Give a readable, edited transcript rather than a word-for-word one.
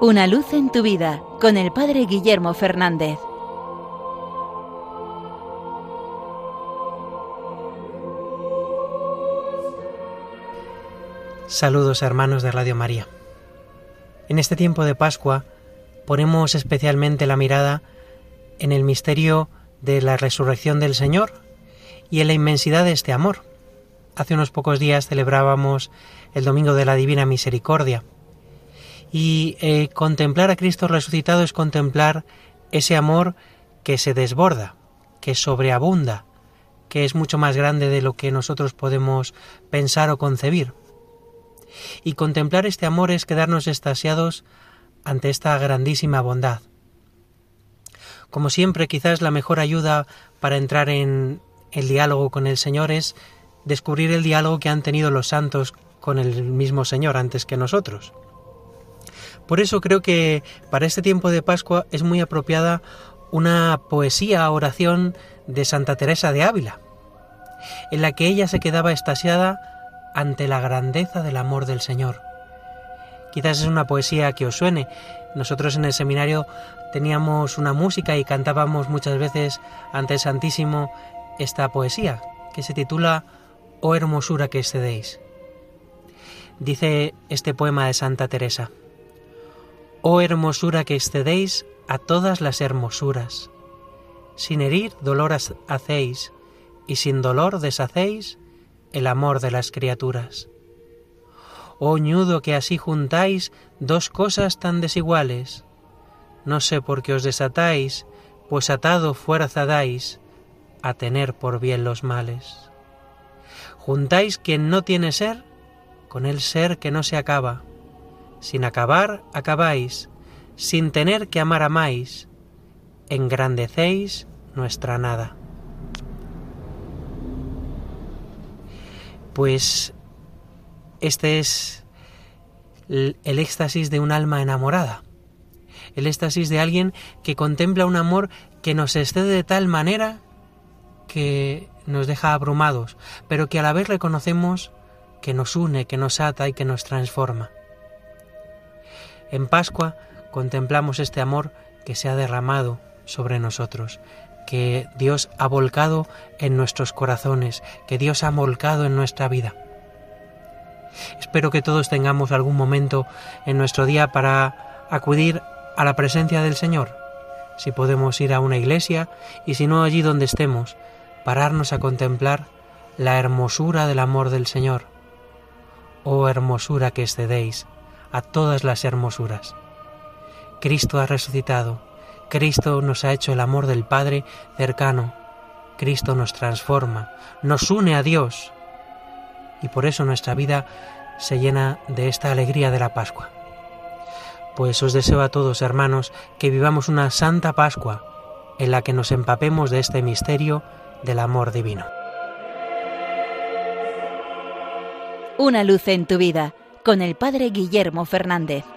Una luz en tu vida, con el Padre Guillermo Fernández. Saludos, hermanos de Radio María. En este tiempo de Pascua ponemos especialmente la mirada en el misterio de la resurrección del Señor y en la inmensidad de este amor. Hace unos pocos días celebrábamos el Domingo de la Divina Misericordia y contemplar a Cristo resucitado es contemplar ese amor que se desborda, que sobreabunda, que es mucho más grande de lo que nosotros podemos pensar o concebir. Y contemplar este amor es quedarnos extasiados ante esta grandísima bondad. Como siempre, quizás la mejor ayuda para entrar en el diálogo con el Señor es descubrir el diálogo que han tenido los santos con el mismo Señor antes que nosotros. Por eso creo que para este tiempo de Pascua es muy apropiada una poesía, oración de Santa Teresa de Ávila, en la que ella se quedaba extasiada ante la grandeza del amor del Señor. Quizás es una poesía que os suene. Nosotros en el seminario teníamos una música y cantábamos muchas veces ante el Santísimo esta poesía, que se titula «Oh hermosura que excedéis». Dice este poema de Santa Teresa: «Oh hermosura que excedéis a todas las hermosuras, sin herir dolor hacéis, y sin dolor deshacéis el amor de las criaturas. Oh ñudo que así juntáis dos cosas tan desiguales, no sé por qué os desatáis, pues atado fuerza dais a tener por bien los males. Juntáis quien no tiene ser con el ser que no se acaba, sin acabar acabáis, sin tener que amar amáis, engrandecéis nuestra nada». Pues este es el éxtasis de un alma enamorada, el éxtasis de alguien que contempla un amor que nos excede de tal manera que nos deja abrumados, pero que a la vez reconocemos que nos une, que nos ata y que nos transforma. En Pascua contemplamos este amor que se ha derramado sobre nosotros, que Dios ha volcado en nuestros corazones, que Dios ha volcado en nuestra vida. Espero que todos tengamos algún momento en nuestro día para acudir a la presencia del Señor. Si podemos ir a una iglesia y si no allí donde estemos, pararnos a contemplar la hermosura del amor del Señor. Oh hermosura que excedéis a todas las hermosuras. Cristo ha resucitado. Cristo nos ha hecho el amor del Padre cercano. Cristo nos transforma, nos une a Dios. Y por eso nuestra vida se llena de esta alegría de la Pascua. Pues os deseo a todos, hermanos, que vivamos una santa Pascua en la que nos empapemos de este misterio del amor divino. Una luz en tu vida, con el Padre Guillermo Fernández.